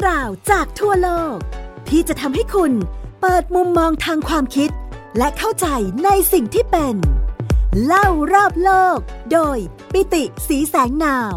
ราวจากทั่วโลกที่จะทำให้คุณเปิดมุมมองทางความคิดและเข้าใจในสิ่งที่เป็นเล่ารอบโลกโดยปิติศรีแสงนาม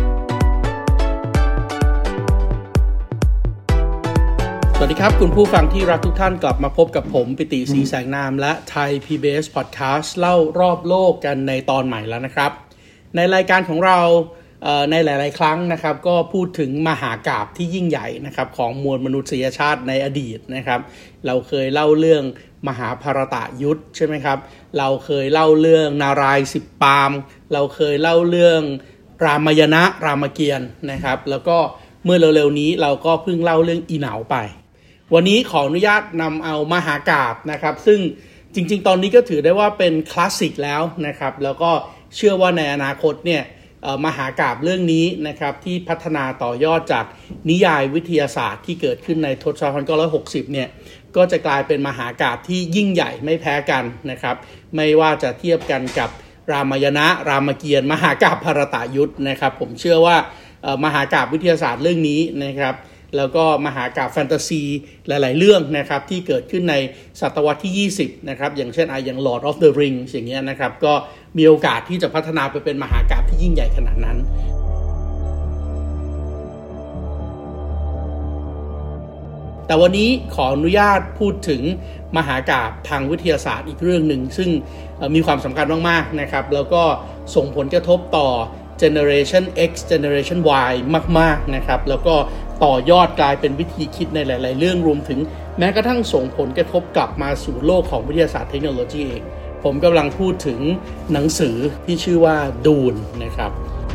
สวัสดีครับคุณผู้ฟังที่รักทุกท่านกลับมาพบกับผมปิติศรีแสงนามและไทย PBS Podcast เล่ารอบโลกกันในตอนใหม่แล้วนะครับในรายการของเราในหลายๆครั้งนะครับก็พูดถึงมหากาพย์ที่ยิ่งใหญ่นะครับของมวลมนุษยชาติในอดีตนะครับเราเคยเล่าเรื่องมหาภารตยุทธใช่ไหมครับเราเคยเล่าเรื่องนารายณ์สิบปามเราเคยเล่าเรื่องรามายณะรามเกียรติ์นะครับแล้วก็เมื่อเร็วๆนี้เราก็เพิ่งเล่าเรื่องอีเหนาไปวันนี้ขออนุญาตนำเอามหากาพย์นะครับซึ่งจริงๆตอนนี้ก็ถือได้ว่าเป็นคลาสสิกแล้วนะครับแล้วก็เชื่อว่าในอนาคตเนี่ยมหากาพย์เรื่องนี้นะครับที่พัฒนาต่อยอดจากนิยายวิทยาศาสตร์ที่เกิดขึ้นในทศวรรษ1960เนี่ยก็จะกลายเป็นมหากาพย์ที่ยิ่งใหญ่ไม่แพ้กันนะครับไม่ว่าจะเทียบกันกับรามายณะรามเกียรติ์มหากาพย์ภารตยุทธนะครับผมเชื่อว่ามหากาพย์วิทยาศาสตร์เรื่องนี้นะครับแล้วก็มหากาพย์แฟนตาซีหลายๆเรื่องนะครับที่เกิดขึ้นในศตวรรษที่20นะครับอย่างเช่นอย่าง Lord of the Rings อย่างเงี้ยนะครับก็มีโอกาสที่จะพัฒนาไปเป็นมหากาพย์ที่ยิ่งใหญ่ขนาดนั้นแต่วันนี้ขออนุญาตพูดถึงมหากาพย์ทางวิทยาศาสตร์อีกเรื่องหนึ่งซึ่งมีความสำคัญมากๆนะครับแล้วก็ส่งผลกระทบต่อGeneration X Generation Y มากๆนะครับแล้วก็ต่อยอดกลายเป็นวิธีคิดในหลายๆเรื่องรวมถึงแม้กระทั่งส่งผลกระทบกลับมาสู่โลกของวิทยาศาสตร์เทคโนโลยีเองผมกำลังพูดถึงหนังสือที่ชื่อว่าดูนนะครับ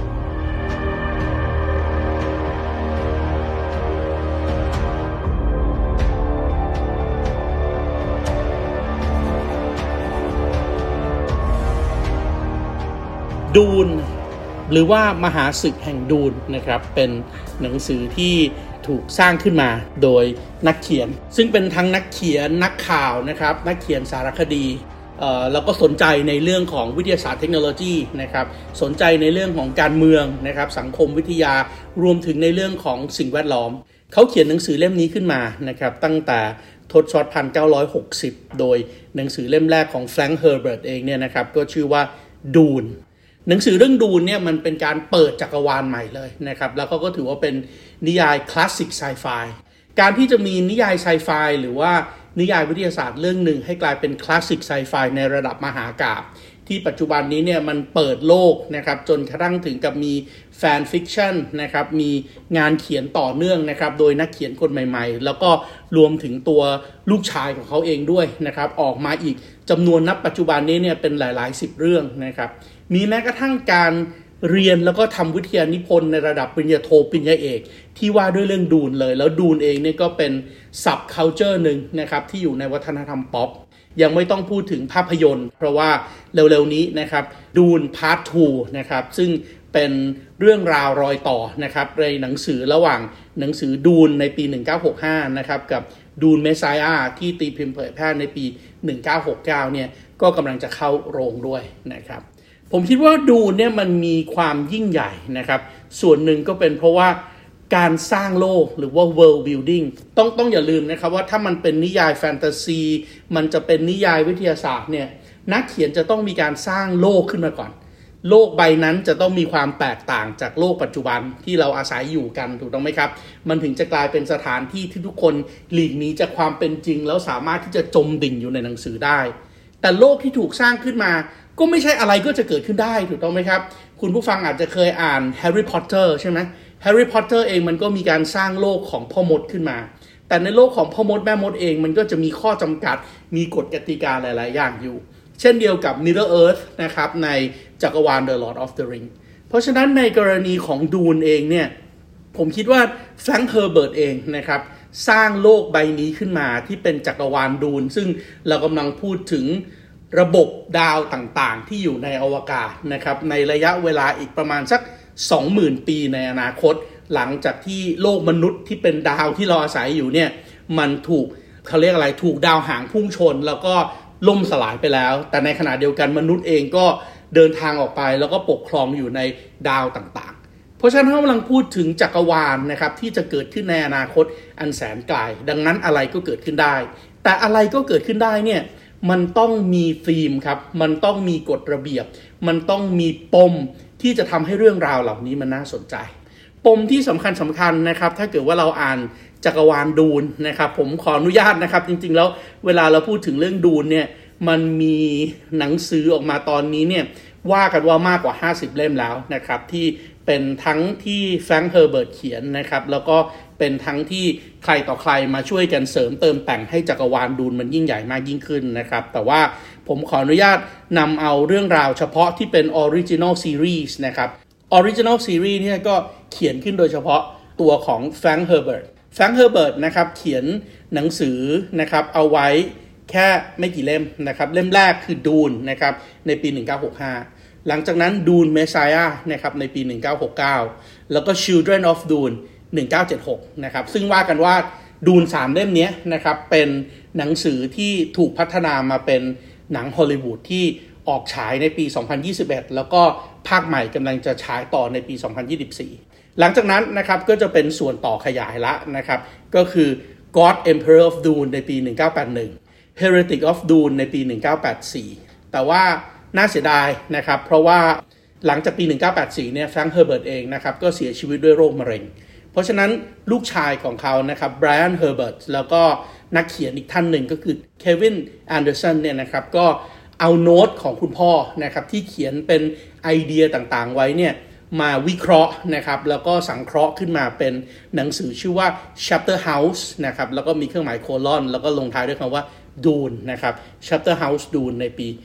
ดูนหรือว่ามหาศึกแห่งดูนนะครับเป็นหนังสือที่ถูกสร้างขึ้นมาโดยนักเขียนซึ่งเป็นทั้งนักเขียนนักข่าวนะครับนักเขียนสารคดีแล้วก็สนใจในเรื่องของวิทยาศาสตร์เทคโนโลยีนะครับสนใจในเรื่องของการเมืองนะครับสังคมวิทยารวมถึงในเรื่องของสิ่งแวดล้อมเขาเขียนหนังสือเล่มนี้ขึ้นมานะครับตั้งแต่ทศวรรษ1960โดยหนังสือเล่มแรกของแฟรงค์เฮอร์เบิร์ตเองเนี่ยนะครับก็ชื่อว่าดูนหนังสือเรื่องดูนเนี่ยมันเป็นการเปิดจักรวาลใหม่เลยนะครับแล้วก็ถือว่าเป็นนิยายคลาสสิกไซไฟการที่จะมีนิยายไซไฟหรือว่านิยายวิทยาศาสตร์เรื่องหนึ่งให้กลายเป็นคลาสสิกไซไฟในระดับมหากาพย์ที่ปัจจุบันนี้เนี่ยมันเปิดโลกนะครับจนกระทั่งถึงกับมีแฟนฟิกชันนะครับมีงานเขียนต่อเนื่องนะครับโดยนักเขียนคนใหม่ๆแล้วก็รวมถึงตัวลูกชายของเขาเองด้วยนะครับออกมาอีกจำนวนนับปัจจุบันนี้เนี่ยเป็นหลายๆ10เรื่องนะครับมีแม้กระทั่งการเรียนแล้วก็ทำวิทยานิพนธ์ในระดับปริญญาโทปริญญาเอกที่ว่าด้วยเรื่องดูนเลยแล้วดูนเองเนี่ยก็เป็น sub culture หนึ่งนะครับที่อยู่ในวัฒนธรรมป๊อปยังไม่ต้องพูดถึงภาพยนตร์เพราะว่าเร็วๆนี้นะครับดูนพาร์ท 2นะครับซึ่งเป็นเรื่องราวรอยต่อนะครับในหนังสือระหว่างหนังสือดูนในปี1965นะครับกับดูนเมสไซอาที่ตีพิมพ์เผยแพร่ในปี1969เนี่ยก็กำลังจะเข้าโรงด้วยนะครับผมคิดว่าดูนเนี่ยมันมีความยิ่งใหญ่นะครับส่วนหนึ่งก็เป็นเพราะว่าการสร้างโลกหรือว่า world building ต้องอย่าลืมนะครับว่าถ้ามันเป็นนิยายแฟนตาซีมันจะเป็นนิยายวิทยาศาสตร์เนี่ยนักเขียนจะต้องมีการสร้างโลกขึ้นมาก่อนโลกใบนั้นจะต้องมีความแตกต่างจากโลกปัจจุบันที่เราอาศัยอยู่กันถูกต้องไหมครับมันถึงจะกลายเป็นสถานที่ที่ทุกคนหลีกหนีจากความเป็นจริงแล้วสามารถที่จะจมดิ่งอยู่ในหนังสือได้แต่โลกที่ถูกสร้างขึ้นมาก็ไม่ใช่อะไรก็จะเกิดขึ้นได้ถูกต้องไหมครับคุณผู้ฟังอาจจะเคยอ่านแฮร์รี่พอตเตอร์ใช่ไหมแฮร์รี่พอตเตอร์เองมันก็มีการสร้างโลกของพ่อมดขึ้นมาแต่ในโลกของพ่อมดแม่มดเองมันก็จะมีข้อจำกัดมีกฎกติกาหลายๆอย่างอยู่เช่นเดียวกับ Middle Earth นะครับในจักรวาล The Lord of the Ring เพราะฉะนั้นในกรณีของดูนเองเนี่ยผมคิดว่าแฟรงค์เฮอร์เบิร์ตเองนะครับสร้างโลกใบนี้ขึ้นมาที่เป็นจักรวาลดูนซึ่งเรากำลังพูดถึงระบบดาวต่างๆที่อยู่ในอวกาศนะครับในระยะเวลาอีกประมาณสัก 20,000 ปีในอนาคตหลังจากที่โลกมนุษย์ที่เป็นดาวที่เราอาศัยอยู่เนี่ยมันถูกเขาเรียกอะไรถูกดาวหางพุ่งชนแล้วก็ล่มสลายไปแล้วแต่ในขณะเดียวกันมนุษย์เองก็เดินทางออกไปแล้วก็ปกครองอยู่ในดาวต่างๆราะฉะนั้นเรากำลังพูดถึงจักรวาลนะครับที่จะเกิดขึ้นในอนาคตอันแสนไกลดังนั้นอะไรก็เกิดขึ้นได้แต่อะไรก็เกิดขึ้นได้เนี่ยมันต้องมีธีมครับมันต้องมีกฎระเบียบมันต้องมีปมที่จะทำให้เรื่องราวเหล่านี้มันน่าสนใจปมที่สำคัญนะครับถ้าเกิดว่าเราอ่านจักรวาลดูนนะครับผมขออนุญาตนะครับจริงๆแล้วเวลาเราพูดถึงเรื่องดูนเนี่ยมันมีหนังสือออกมาตอนนี้เนี่ยว่ากันว่ามากกว่า50เล่มแล้วนะครับที่เป็นทั้งที่แฟรงค์เฮอร์เบิร์ตเขียนนะครับแล้วก็เป็นทั้งที่ใครต่อใครมาช่วยกันเสริมเติมแต่งให้จักรวาลดูนมันยิ่งใหญ่มากยิ่งขึ้นนะครับแต่ว่าผมขออนุญาตนำเอาเรื่องราวเฉพาะที่เป็น Original Series นะครับ Original Series เนี่ยก็เขียนขึ้นโดยเฉพาะตัวของแฟรงค์เฮอร์เบิร์ตนะครับเขียนหนังสือนะครับเอาไว้แค่ไม่กี่เล่มนะครับเล่มแรกคือดูนนะครับในปี1965หลังจากนั้นดูนเมสไซอานะครับในปี1969แล้วก็ Children of Dune 1976นะครับซึ่งว่ากันว่าดูน3เล่มนี้นะครับเป็นหนังสือที่ถูกพัฒนามาเป็นหนังฮอลลีวูดที่ออกฉายในปี2021แล้วก็ภาคใหม่กำลังจะฉายต่อในปี2024หลังจากนั้นนะครับก็จะเป็นส่วนต่อขยายละนะครับก็คือ God Emperor of Dune ในปี1981 Heretic of Dune ในปี1984แต่ว่าน่าเสียดายนะครับเพราะว่าหลังจากปี1984เนี่ยแฟรงค์เฮอร์เบิร์ตเองนะครับก็เสียชีวิตด้วยโรคมะเร็งเพราะฉะนั้นลูกชายของเขานะครับไบรอันเฮอร์เบิร์ตแล้วก็นักเขียนอีกท่านหนึ่งก็คือเควินแอนเดอร์สันเนี่ยนะครับก็เอาโน้ตของคุณพ่อนะครับที่เขียนเป็นไอเดียต่างๆไว้เนี่ยมาวิเคราะห์นะครับแล้วก็สังเคราะห์ขึ้นมาเป็นหนังสือชื่อว่า Chapter House นะครับแล้วก็มีเครื่องหมายโคลอนแล้วก็ลงท้ายด้วยคำว่า Dune นะครับ Chapter House Dune ในปี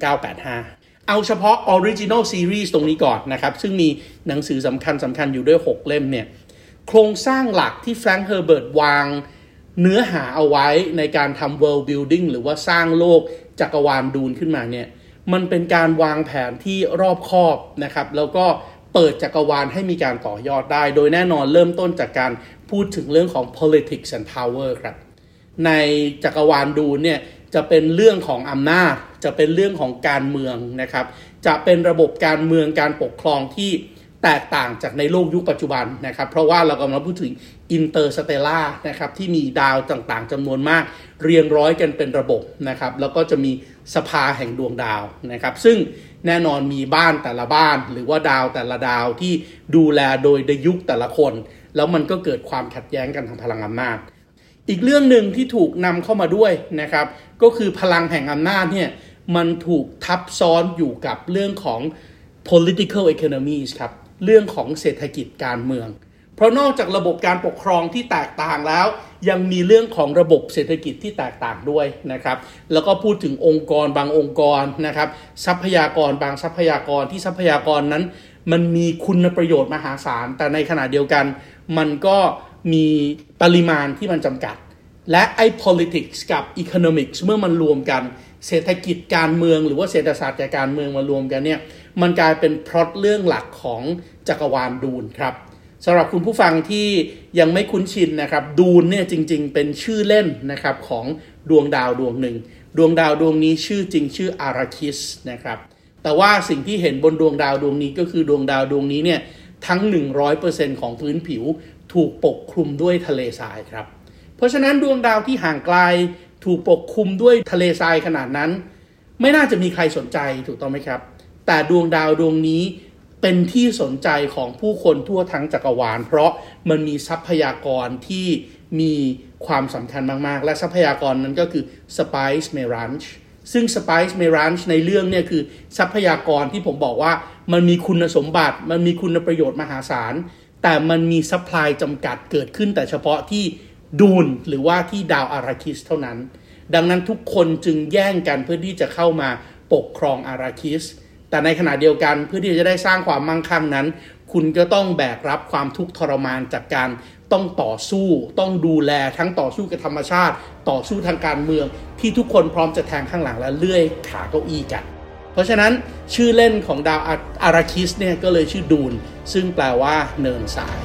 1985เอาเฉพาะ Original Series ตรงนี้ก่อนนะครับซึ่งมีหนังสือสำคัญอยู่ด้วย6เล่มเนี่ยโครงสร้างหลักที่แฟรงค์เฮอร์เบิร์ตวางเนื้อหาเอาไว้ในการทำ world building หรือว่าสร้างโลกจักรวาลดูนขึ้นมาเนี่ยมันเป็นการวางแผนที่รอบคอบนะครับแล้วก็เปิดจักรวาลให้มีการต่อยอดได้โดยแน่นอนเริ่มต้นจากการพูดถึงเรื่องของ politics and power ครับในจักรวาลดูนเนี่ยจะเป็นเรื่องของอำนาจจะเป็นเรื่องของการเมืองนะครับจะเป็นระบบการเมืองการปกครองที่แตกต่างจากในโลกยุคปัจจุบันนะครับเพราะว่าเรากำลังพูดถึงอินเตอร์สเตลล่านะครับที่มีดาวต่างๆจำนวนมากเรียงร้อยกันเป็นระบบนะครับแล้วก็จะมีสภาแห่งดวงดาวนะครับซึ่งแน่นอนมีบ้านแต่ละบ้านหรือว่าดาวแต่ละดาวที่ดูแลโดยในยุคแต่ละคนแล้วมันก็เกิดความขัดแย้งกันทางพลังอำนาจอีกเรื่องหนึ่งที่ถูกนำเข้ามาด้วยนะครับก็คือพลังแห่งอำนาจเนี่ยมันถูกทับซ้อนอยู่กับเรื่องของ political economies ครับเรื่องของเศรษฐกิจการเมืองเพราะนอกจากระบบการปกครองที่แตกต่างแล้วยังมีเรื่องของระบบเศรษฐกิจที่แตกต่างด้วยนะครับแล้วก็พูดถึงองค์กรบางองค์กรนะครับทรัพยากรบางทรัพยากรที่ทรัพยากรนั้นมันมีคุณประโยชน์มหาศาลแต่ในขณะเดียวกันมันก็มีปริมาณที่มันจำกัดและไอ้ politics กับ economics เมื่อมันรวมกันเศรษฐกิจการเมืองหรือว่าเศรษฐศาสตร์การเมืองมารวมกันเนี่ยมันกลายเป็นพล็อตเรื่องหลักของจักรวาลดูนครับสำหรับคุณผู้ฟังที่ยังไม่คุ้นชินนะครับดูนเนี่ยจริงๆเป็นชื่อเล่นนะครับของดวงดาวดวงหนึ่งดวงดาวดวงนี้ชื่อจริงชื่ออาราคิสนะครับแต่ว่าสิ่งที่เห็นบนดวงดาวดวงนี้ก็คือดวงดาวดวงนี้เนี่ยทั้ง 100% ของพื้นผิวถูกปกคลุมด้วยทะเลทรายครับเพราะฉะนั้นดวงดาวที่ห่างไกลถูกปกคลุมด้วยทะเลทรายขนาดนั้นไม่น่าจะมีใครสนใจถูกต้องไหมครับแต่ดวงดาวดวงนี้เป็นที่สนใจของผู้คนทั่วทั้งจักรวาลเพราะมันมีทรัพยากรที่มีความสำคัญมากๆและทรัพยากรนั้นก็คือ Spice Merange ซึ่ง Spice Merange ในเรื่องเนี่ยคือทรัพยากรที่ผมบอกว่ามันมีคุณสมบัติมันมีคุณประโยชน์มหาศาลแต่มันมีซัพพลายจำกัดเกิดขึ้นแต่เฉพาะที่ดูนหรือว่าที่ดาวอาราคิสเท่านั้นดังนั้นทุกคนจึงแย่งกันเพื่อที่จะเข้ามาปกครองอาราคิสแต่ในขณะเดียวกันเพื่อที่จะได้สร้างความมั่งคั่งนั้นคุณก็ต้องแบกรับความทุกข์ทรมานจากการต้องต่อสู้ต้องดูแลทั้งต่อสู้กับธรรมชาติต่อสู้ทางการเมืองที่ทุกคนพร้อมจะแทงข้างหลังและเลื่อยขาเก้าอี้กันเพราะฉะนั้นชื่อเล่นของดาวอาราคิสเนี่ยก็เลยชื่อดูนซึ่งแปลว่าเนินทราย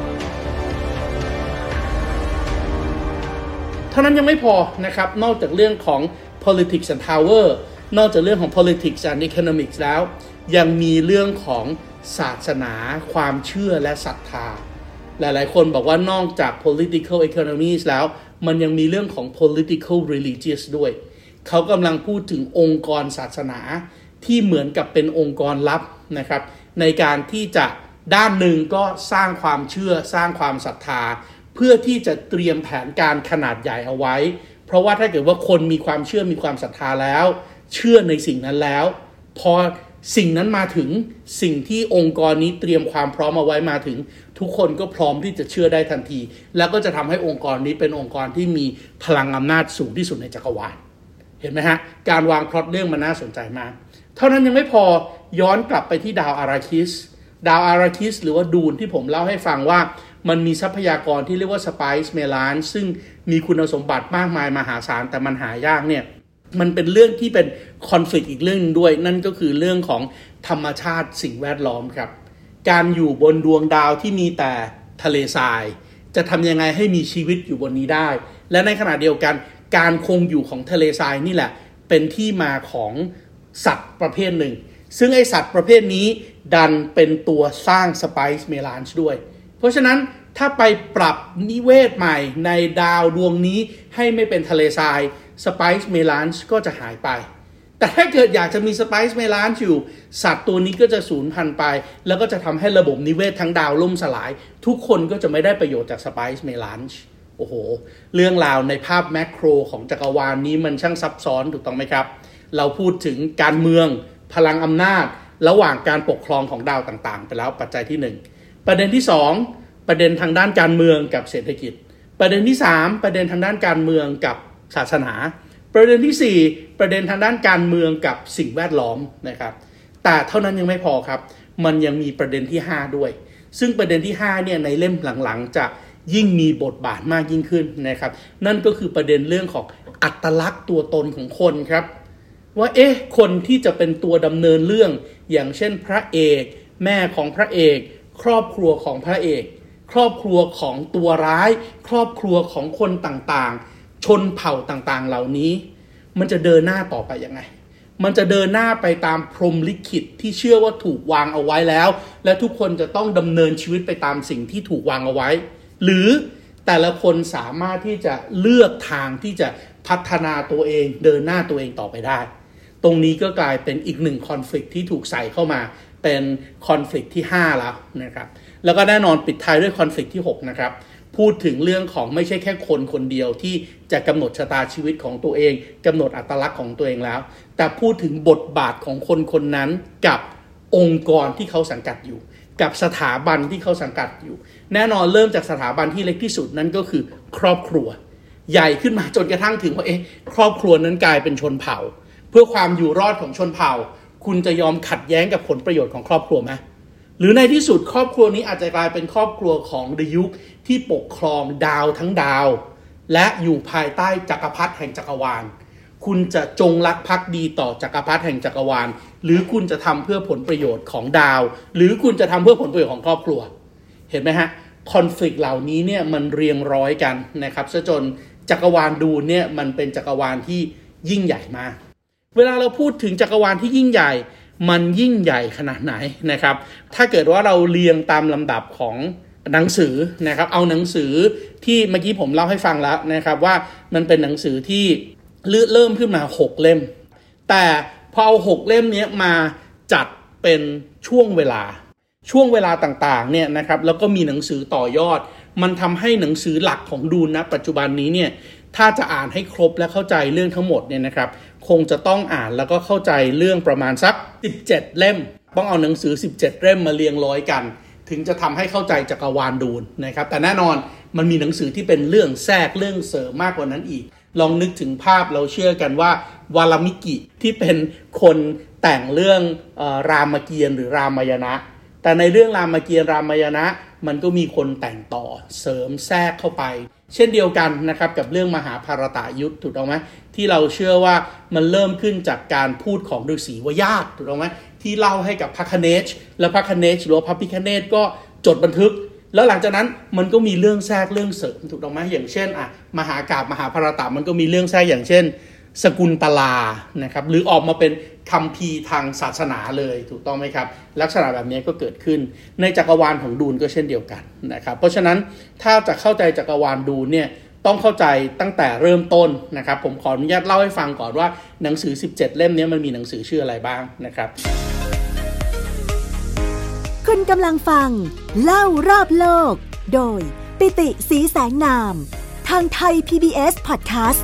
เท่านั้นยังไม่พอนะครับนอกจากเรื่องของ politics and power นอกจากเรื่องของ politics and economics แล้วยังมีเรื่องของศาสนาความเชื่อและศรัทธาหลายๆคนบอกว่านอกจาก political economies แล้วมันยังมีเรื่องของ political religious ด้วยเขากำลังพูดถึงองค์กรศาสนาที่เหมือนกับเป็นองค์กรลับนะครับในการที่จะด้านหนึ่งก็สร้างความเชื่อสร้างความศรัทธาเพื่อที่จะเตรียมแผนการขนาดใหญ่เอาไว้เพราะว่าถ้าเกิดว่าคนมีความเชื่อมีความศรัทธาแล้วเชื่อในสิ่งนั้นแล้วพอสิ่งนั้นมาถึงสิ่งที่องค์กรนี้เตรียมความพร้อมเอาไว้มาถึงทุกคนก็พร้อมที่จะเชื่อได้ทันทีแล้วก็จะทำให้องค์กรนี้เป็นองค์กรที่มีพลังอำนาจสูงที่สุดในจักรวาลเห็นไหมฮะการวางพล็อตเรื่องมันน่าสนใจมากเท่านั้นยังไม่พอย้อนกลับไปที่ดาวอาราคิสหรือว่าดูนที่ผมเล่าให้ฟังว่ามันมีทรัพยากรที่เรียกว่าสไปซ์เมลานซึ่งมีคุณสมบัติมากมายมหาศาลแต่มันหายากเนี่ยมันเป็นเรื่องที่เป็นคอนฟลิกต์อีกเรื่องนึงด้วยนั่นก็คือเรื่องของธรรมชาติสิ่งแวดล้อมครับการอยู่บนดวงดาวที่มีแต่ทะเลทรายจะทำยังไงให้มีชีวิตอยู่บนนี้ได้และในขณะเดียวกันการคงอยู่ของทะเลทรายนี่แหละเป็นที่มาของสัตว์ประเภทหนึ่งซึ่งไอสัตว์ประเภทนี้ดันเป็นตัวสร้างสไปซ์เมลานซ์ด้วยเพราะฉะนั้นถ้าไปปรับนิเวศใหม่ในดาวดวงนี้ให้ไม่เป็นทะเลทรายสไปซ์เมลานซ์ก็จะหายไปแต่ถ้าเกิดอยากจะมีสไปซ์เมลานซ์อยู่สัตว์ตัวนี้ก็จะสูญพันธุ์ไปแล้วก็จะทำให้ระบบนิเวศทั้งดาวล่มสลายทุกคนก็จะไม่ได้ประโยชน์จากสไปซ์เมลานซ์โอ้โหเรื่องราวในภาพแมคโครของจักรวาลนี้มันช่างซับซ้อนถูกต้องไหมครับเราพูดถึงการเมืองพลังอำนาจระหว่างการปกครองของดาวต่างๆไปแล้วปัจจัยที่1ประเด็นที่2ประเด็นทางด้านการเมืองกับเศรษฐกิจประเด็นที่3ประเด็นทางด้านการเมืองกับศาสนาประเด็นที่4ประเด็นทางด้านการเมืองกับสิ่งแวดล้อมนะครับแต่เท่านั้นยังไม่พอครับมันยังมีประเด็นที่5ด้วยซึ่งประเด็นที่5เนี่ยในเล่มหลังๆจะยิ่งมีบทบาทมากยิ่งขึ้นนะครับนั่นก็คือประเด็นเรื่องของอัตลักษณ์ตัวตนของคนครับว่าคนที่จะเป็นตัวดำเนินเรื่องอย่างเช่นพระเอกแม่ของพระเอกครอบครัวของพระเอกครอบครัวของตัวร้ายครอบครัวของคนต่างๆชนเผ่าต่างๆเหล่านี้มันจะเดินหน้าต่อไปยังไงมันจะเดินหน้าไปตามพรหมลิขิตที่เชื่อว่าถูกวางเอาไว้แล้วและทุกคนจะต้องดำเนินชีวิตไปตามสิ่งที่ถูกวางเอาไว้หรือแต่ละคนสามารถที่จะเลือกทางที่จะพัฒนาตัวเองเดินหน้าตัวเองต่อไปได้ตรงนี้ก็กลายเป็นอีกหนึ่งคอนฟลิกต์ที่ถูกใส่เข้ามาเป็นคอนฟลิกต์ที่5แล้วนะครับแล้วก็แน่นอนปิดท้ายด้วยคอนฟลิกต์ที่6นะครับพูดถึงเรื่องของไม่ใช่แค่คนคนเดียวที่จะกำหนดชะตาชีวิตของตัวเองกำหนดอัตลักษณ์ของตัวเองแล้วแต่พูดถึงบทบาทของคนคนนั้นกับองค์กรที่เขาสังกัดอยู่กับสถาบันที่เขาสังกัดอยู่แน่นอนเริ่มจากสถาบันที่เล็กที่สุดนั่นก็คือครอบครัวใหญ่ขึ้นมาจนกระทั่งถึงว่าครอบครัวนั้นกลายเป็นชนเผ่าเพื่อความอยู่รอดของชนเผ่าคุณจะยอมขัดแย้งกับผลประโยชน์ของครอบครัวไหมหรือในที่สุดครอบครัวนี้อาจจะกลายเป็นครอบครัวของดยุคที่ปกครองดาวทั้งดาวและอยู่ภายใต้จักรพรรดิแห่งจักรวาลคุณจะจงรักภักดีต่อจักรพรรดิแห่งจักรวาลหรือคุณจะทำเพื่อผลประโยชน์ของดาวหรือคุณจะทำเพื่อผลประโยชน์ของครอบครัวเห็นไหมฮะคอนฟลิกต์เหล่านี้เนี่ยมันเรียงร้อยกันนะครับซะจนจักรวาลดูเนี่ยมันเป็นจักรวาลที่ยิ่งใหญ่มากเวลาเราพูดถึงจักรวาลที่ยิ่งใหญ่มันยิ่งใหญ่ขนาดไหนนะครับถ้าเกิดว่าเราเรียงตามลำดับของหนังสือนะครับเอาหนังสือที่เมื่อกี้ผมเล่าให้ฟังแล้วนะครับว่ามันเป็นหนังสือที่เริ่มขึ้นมา6เล่มแต่พอเอา6เล่มนี้มาจัดเป็นช่วงเวลาต่างๆเนี่ยนะครับแล้วก็มีหนังสือต่อยอดมันทำให้หนังสือหลักของดูนนะปัจจุบันนี้เนี่ยถ้าจะอ่านให้ครบและเข้าใจเรื่องทั้งหมดเนี่ยนะครับคงจะต้องอ่านแล้วก็เข้าใจเรื่องประมาณสัก17เล่มต้องเอาหนังสือ17เล่มมาเรียงร้อยกันถึงจะทำให้เข้าใจจักรวาลดูนนะครับแต่แน่นอนมันมีหนังสือที่เป็นเรื่องแทรกเรื่องเสริมมากกว่านั้นอีกลองนึกถึงภาพเราเชื่อกันว่าวาลมิกิที่เป็นคนแต่งเรื่องรามเกียรติ์หรือรามายณะแต่ในเรื่องรามเกียรติ์รามายณะมันก็มีคนแต่งต่อเสริมแทรกเข้าไปเช่นเดียวกันนะครับกับเรื่องมหาภารตยุทธถูกต้องไหมที่เราเชื่อว่ามันเริ่มขึ้นจากการพูดของฤาษีวยาตถูกต้องไหมที่เล่าให้กับพระคเนศและพระคเนศหรือพระพิฆเนศก็จดบันทึกแล้วหลังจากนั้นมันก็มีเรื่องแทรกเรื่องเสริมถูกต้องไหมอย่างเช่นมหากาพย์มหาภารตะมันก็มีเรื่องแทรกอย่างเช่นสกุลตลานะครับหรือออกมาเป็นคัมภีร์ทางศาสนาเลยถูกต้องไหมครับลักษณะแบบนี้ก็เกิดขึ้นในจักรวาลของดูนก็เช่นเดียวกันนะครับเพราะฉะนั้นถ้าจะเข้าใจจักรวาลดูนเนี่ยต้องเข้าใจตั้งแต่เริ่มต้นนะครับผมขออนุญาตเล่าให้ฟังก่อนว่าหนังสือ17เล่มนี้มันมีหนังสือชื่ออะไรบ้างนะครับคุณกำลังฟังเล่ารอบโลกโดยปิติศรีแสงนามทางไทย PBS Podcast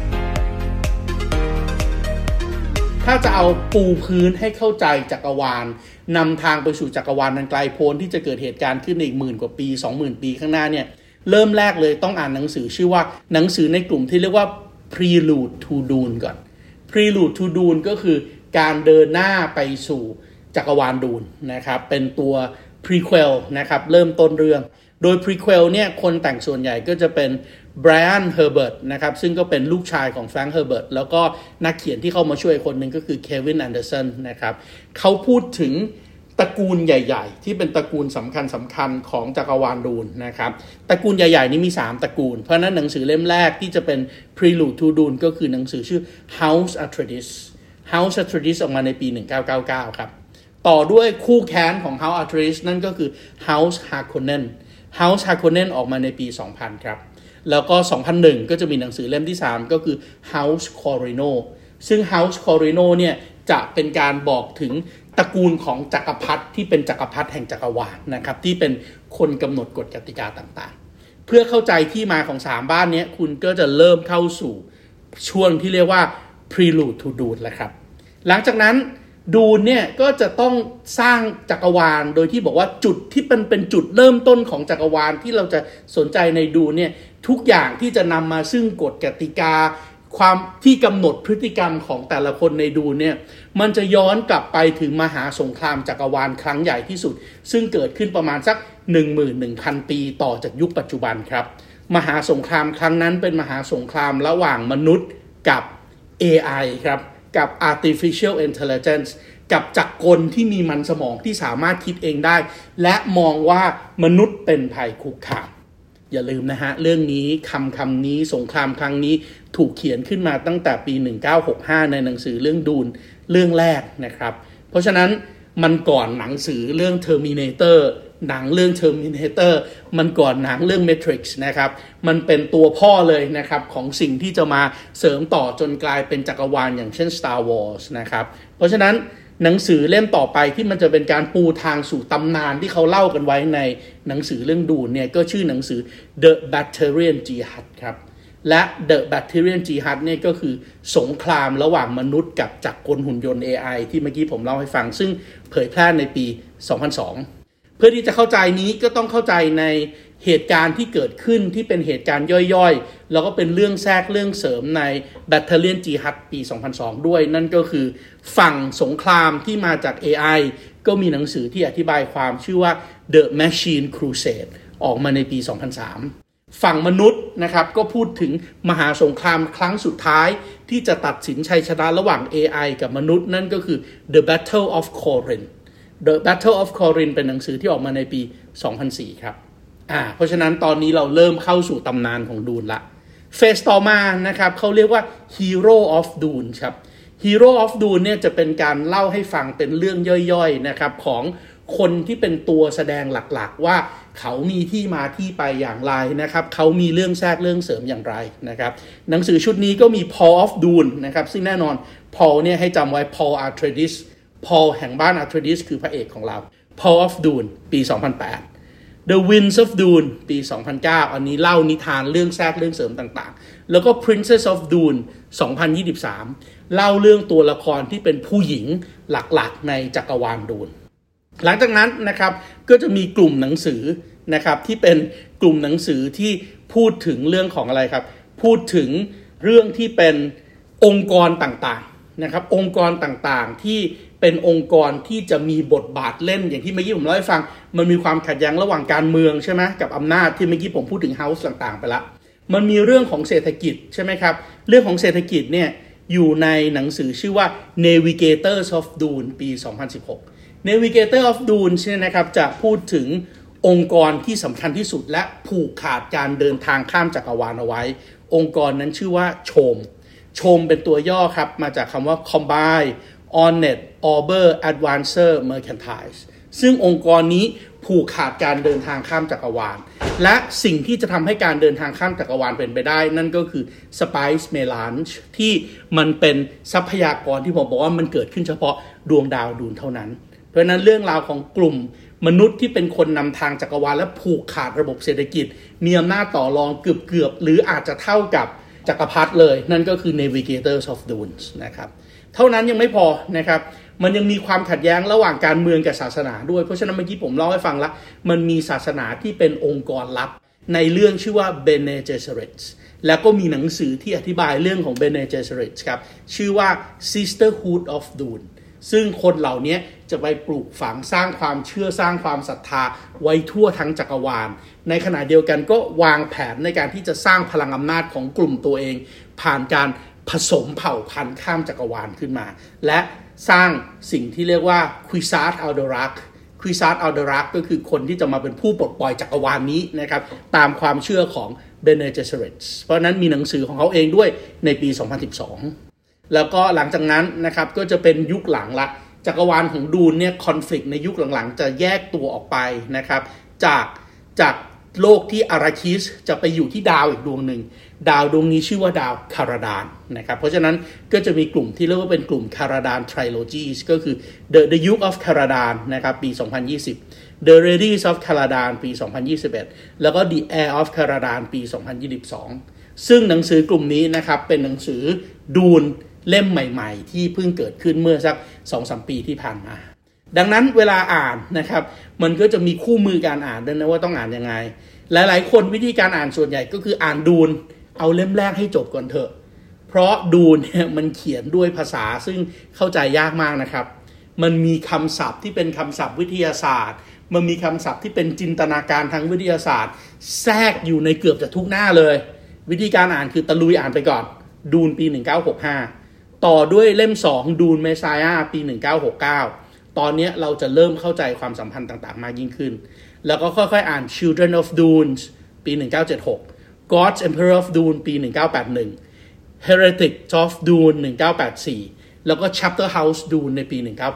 ถ้าจะเอาปูพื้นให้เข้าใจจักรวาลนำทางไปสู่จักรวาลอันไกลโพ้นที่จะเกิดเหตุการณ์ขึ้นอีก10,000 กว่าปี 20,000 ปีข้างหน้าเนี่ยเริ่มแรกเลยต้องอ่านหนังสือชื่อว่าหนังสือในกลุ่มที่เรียกว่า Prelude to Dune ก่อน Prelude to Dune ก็คือการเดินหน้าไปสู่จักรวาลดูนนะครับเป็นตัว Prequel นะครับเริ่มต้นเรื่องโดย Prequel เนี่ยคนแต่งส่วนใหญ่ก็จะเป็น Brian Herbert นะครับซึ่งก็เป็นลูกชายของ Frank Herbert แล้วก็นักเขียนที่เข้ามาช่วยคนหนึ่งก็คือ Kevin Anderson นะครับเขาพูดถึงตระกูลใหญ่ๆที่เป็นตระกูลสำคัญของจักรวาลดูนนะครับตระกูลใหญ่ๆนี้มี3ตระกูลเพราะนั้นหนังสือเล่มแรกที่จะเป็น Prelude to Dune ก็คือหนังสือชื่อ House Atreides ออกมาในปี1999ครับต่อด้วยคู่แค้นของ House Atreides นั่นก็คือ House Harkonnen ออกมาในปี 2000 ครับแล้วก็ 2001 ก็จะมีหนังสือเล่มที่ 3 ก็คือ House Corrino ซึ่ง House Corrino เนี่ยจะเป็นการบอกถึงตระกูลของจักรพรรดิที่เป็นจักรพรรดิแห่งจักรวาลนะครับที่เป็นคนกำหนดกฎกติกาต่างๆเพื่อเข้าใจที่มาของ3บ้านนี้คุณก็จะเริ่มเข้าสู่ช่วงที่เรียกว่า Prelude to Dune แล้วครับหลังจากนั้นดูนเนี่ยก็จะต้องสร้างจักรวาลโดยที่บอกว่าจุดที่เป็นจุดเริ่มต้นของจักรวาลที่เราจะสนใจในดูนเนี่ยทุกอย่างที่จะนำมาซึ่งกฎกติกาความที่กำหนดพฤติกรรมของแต่ละคนในดูนเนี่ยมันจะย้อนกลับไปถึงมหาสงครามจักรวาลครั้งใหญ่ที่สุดซึ่งเกิดขึ้นประมาณสัก 11,000 ปีต่อจากยุคปัจจุบันครับมหาสงครามครั้งนั้นเป็นมหาสงครามระหว่างมนุษย์กับ AI ครับกับ artificial intelligence กับจักรกลที่มีมันสมองที่สามารถคิดเองได้และมองว่ามนุษย์เป็นภัยคุกคามอย่าลืมนะฮะเรื่องนี้คำนี้สงครามครั้งนี้ถูกเขียนขึ้นมาตั้งแต่ปี1965ในหนังสือเรื่องดูนเรื่องแรกนะครับเพราะฉะนั้นมันก่อนหนังสือเรื่อง Terminator หนังเรื่อง Terminator มันก่อนหนังเรื่อง Matrix นะครับมันเป็นตัวพ่อเลยนะครับของสิ่งที่จะมาเสริมต่อจนกลายเป็นจักรวาลอย่างเช่น Star Wars นะครับเพราะฉะนั้นหนังสือเล่มต่อไปที่มันจะเป็นการปูทางสู่ตำนานที่เขาเล่ากันไว้ในหนังสือเรื่องดูนเนี่ยก็ชื่อหนังสือ The Bacterian Jihad ครับและ The Bacterian Jihad เนี่ยก็คือสงครามระหว่างมนุษย์กับจักรกลหุ่นยนต์ AI ที่เมื่อกี้ผมเล่าให้ฟังซึ่งเผยแพร่ในปี 2002 เพื่อที่จะเข้าใจนี้ก็ต้องเข้าใจในเหตุการณ์ที่เกิดขึ้นที่เป็นเหตุการณ์ย่อยๆแล้วก็เป็นเรื่องแทรกเรื่องเสริมใน Bacterian Jihad ปี 2002 ด้วยนั่นก็คือฝั่งสงครามที่มาจาก AI ก็มีหนังสือที่อธิบายความชื่อว่า The Machine Crusade ออกมาในปี 2003 ฝั่งมนุษย์นะครับก็พูดถึงมหาสงครามครั้งสุดท้ายที่จะตัดสินชัยชนะระหว่าง AI กับมนุษย์นั่นก็คือ The Battle of Corinth The Battle of Corinth เป็นหนังสือที่ออกมาในปี 2004 ครับเพราะฉะนั้นตอนนี้เราเริ่มเข้าสู่ตำนานของดูนละเฟสต่อมานะครับเขาเรียกว่า Hero of Dune ครับ Hero of Dune เนี่ยจะเป็นการเล่าให้ฟังเป็นเรื่องย่อยๆนะครับของคนที่เป็นตัวแสดงหลักๆว่าเขามีที่มาที่ไปอย่างไรนะครับเขามีเรื่องแทรกเรื่องเสริมอย่างไรนะครับหนังสือชุดนี้ก็มี Paul of Dune นะครับซึ่งแน่นอน Paul เนี่ยให้จำไว้ Paul Atreides Paul แห่งบ้าน Atreides คือพระเอกของเรา Paul of Dune ปี 2008 The Winds of Dune ปี 2009 อันนี้เล่านิทานเรื่องแทรกเรื่องเสริมต่างๆแล้วก็ Princess of Dune 2023 เล่าเรื่องตัวละครที่เป็นผู้หญิงหลักๆในจักรวาลดูนหลังจากนั้นนะครับก็จะมีกลุ่มหนังสือนะครับที่เป็นกลุ่มหนังสือที่พูดถึงเรื่องของอะไรครับพูดถึงเรื่องที่เป็นองค์กรต่างๆนะครับองค์กรต่างๆที่เป็นองค์กรที่จะมีบทบาทเล่นอย่างที่เมื่อกี้ผมเล่าให้ฟังมันมีความขัดแย้งระหว่างการเมืองใช่ไหมกับอำนาจที่เมื่อกี้ผมพูดถึง House ต่างๆไปละมันมีเรื่องของเศรษฐกิจใช่ไหมครับเรื่องของเศรษฐกิจเนี่ยอยู่ในหนังสือชื่อว่า Navigators of Dune ปี 2016 Navigator of Dune ใช่นะครับจะพูดถึงองค์กรที่สำคัญที่สุดและผูกขาดการเดินทางข้ามจักรวาลเอาไว้องค์กรนั้นชื่อว่าโชมเป็นตัวย่อครับมาจากคำว่า Combine Ornette Auber Advancer Mercantile ซึ่งองค์กรนี้ผูกขาดการเดินทางข้ามจักรวาลและสิ่งที่จะทำให้การเดินทางข้ามจักรวาลเป็นไปได้นั่นก็คือ Spice Melange ที่มันเป็นทรัพยากรที่ผมบอกว่ามันเกิดขึ้นเฉพาะดวงดาวดวงเท่านั้นเพราะฉะนั้นเรื่องราวของกลุ่มมนุษย์ที่เป็นคนนำทางจักรวาลและผูกขาดระบบเศรษฐกิจมีอำนาจต่อรองเกือบหรืออาจจะเท่ากับจักรพรรดิเลยนั่นก็คือ Navigators of Dunes นะครับเท่านั้นยังไม่พอนะครับมันยังมีความขัดแย้งระหว่างการเมืองกับศาสนาด้วยเพราะฉะนั้นเมื่อกี้ผมเล่าให้ฟังแล้วมันมีศาสนาที่เป็นองค์กรลับในเรื่องชื่อว่า Bene Gesserit แล้วก็มีหนังสือที่อธิบายเรื่องของ Bene Gesserit ครับชื่อว่า Sisterhood of Dune ซึ่งคนเหล่านี้จะไปปลูกฝังสร้างความเชื่อสร้างความศรัทธาไว้ทั่วทั้งจักรวาลในขณะเดียวกันก็วางแผนในการที่จะสร้างพลังอำนาจของกลุ่มตัวเองผ่านการผสมเผ่าพันธุ์ข้ามจักรวาลขึ้นมาและสร้างสิ่งที่เรียกว่า Kwisatz Haderach Kwisatz Haderach ก็คือคนที่จะมาเป็นผู้ปลดปล่อยจักรวาลนี้นะครับตามความเชื่อของ Bene Gesserit เพราะนั้นมีหนังสือของเขาเองด้วยในปี 2012 แล้วก็หลังจากนั้นนะครับก็จะเป็นยุคหลังละจักรวาลของดูนเนี่ยคอนฟลิกต์ในยุคหลังๆจะแยกตัวออกไปนะครับจากโลกที่อาราคิสจะไปอยู่ที่ดาวอีกดวงหนึ่งดาวดวงนี้ชื่อว่าดาวคาราดานนะครับเพราะฉะนั้นก็จะมีกลุ่มที่เรียกว่าเป็นกลุ่มคาราดาน Trilogies ก็คือ The Youth of Caradan นะครับปี 2020 The Ladies of Caradan ปี 2021 แล้วก็ The Heir of Caradan ปี 2022 ซึ่งหนังสือกลุ่มนี้นะครับเป็นหนังสือดูนเล่มใหม่ๆที่เพิ่งเกิดขึ้นเมื่อสัก 2-3 ปีที่ผ่านมาดังนั้นเวลาอ่านนะครับมันก็จะมีคู่มือการอ่านด้วยนะว่าต้องอ่านยังไงหลายๆคนวิธีการอ่านส่วนใหญ่ก็คืออ่านดูนเอาเล่มแรกให้จบก่อนเถอะเพราะดูนเนี่ยมันเขียนด้วยภาษาซึ่งเข้าใจยากมากนะครับมันมีคำศัพท์ที่เป็นคำศัพท์วิทยาศาสตร์มันมีคำศัพท์ที่เป็นจินตนาการทางวิทยาศาสตร์แทรกอยู่ในเกือบจะทุกหน้าเลยวิธีการอ่านคือตะลุยอ่านไปก่อนดูนปี1965ต่อด้วยเล่ม2ดูนเมซายาปี1969ตอนนี้เราจะเริ่มเข้าใจความสัมพันธ์ต่างๆมากยิ่งขึ้นแล้วก็ค่อยๆอ่าน Children of Dune ปี 1976 God's Emperor of Dune ปี 1981 Heretic of Dune 1984 แล้วก็ Chapter House Dune ในปี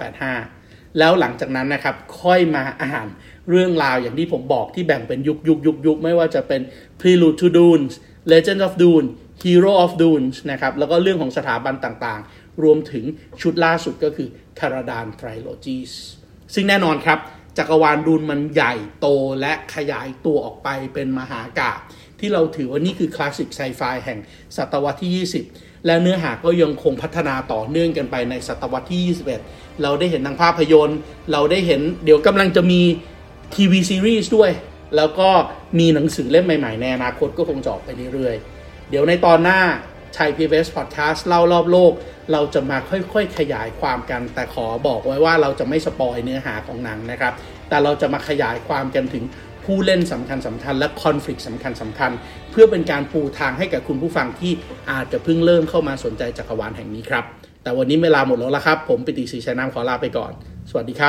1985 แล้วหลังจากนั้นนะครับค่อยมาอ่านเรื่องราวอย่างที่ผมบอกที่แบ่งเป็นยุคไม่ว่าจะเป็น Prelude to Dune Legend of Dune Hero of Dune นะครับแล้วก็เรื่องของสถาบันต่างๆรวมถึงชุดล่าสุดก็คือ Caradan Trilogies ซึ่งแน่นอนครับจักรวาลดูนมันใหญ่โตและขยายตัวออกไปเป็นมหากาพย์ที่เราถือว่านี่คือคลาสสิกไซไฟแห่งศตวรรษที่ 20และเนื้อหาก็ยังคงพัฒนาต่อเนื่องกันไปในศตวรรษที่ 21เราได้เห็นทางภาพยนตร์เราได้เห็นเดี๋ยวกำลังจะมีทีวีซีรีส์ด้วยแล้วก็มีหนังสือเล่มใหม่ๆในอนาคตก็คงจะออกไปเรื่อยๆเดี๋ยวในตอนหน้าThai PBS Podcast เล่ารอบโลกเราจะมาค่อยๆขยายความกันแต่ขอบอกไว้ว่าเราจะไม่สปอยเนื้อหาของหนังนะครับแต่เราจะมาขยายความกันถึงผู้เล่นสำคัญและคอนฟลิกต์สำคัญเพื่อเป็นการปูทางให้กับคุณผู้ฟังที่อาจจะเพิ่งเริ่มเข้ามาสนใจจักรวาลแห่งนี้ครับแต่วันนี้เวลาหมดแล้วละครับผมปิติ ศรีชัยนามขอลาไปก่อนสวัสดีครับ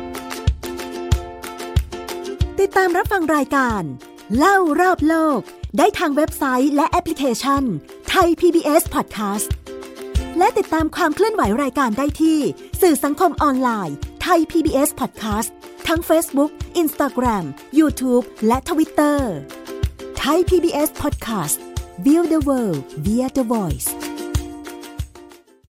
ติดตามรับฟังรายการเล่ารอบโลกได้ทางเว็บไซต์และแอปพลิเคชัน Thai PBS Podcast และติดตามความเคลื่อนไหวรายการได้ที่สื่อสังคมออนไลน์ Thai PBS Podcast ทั้ง Facebook, Instagram, YouTube และ Twitter Thai PBS Podcast Build the World via the Voice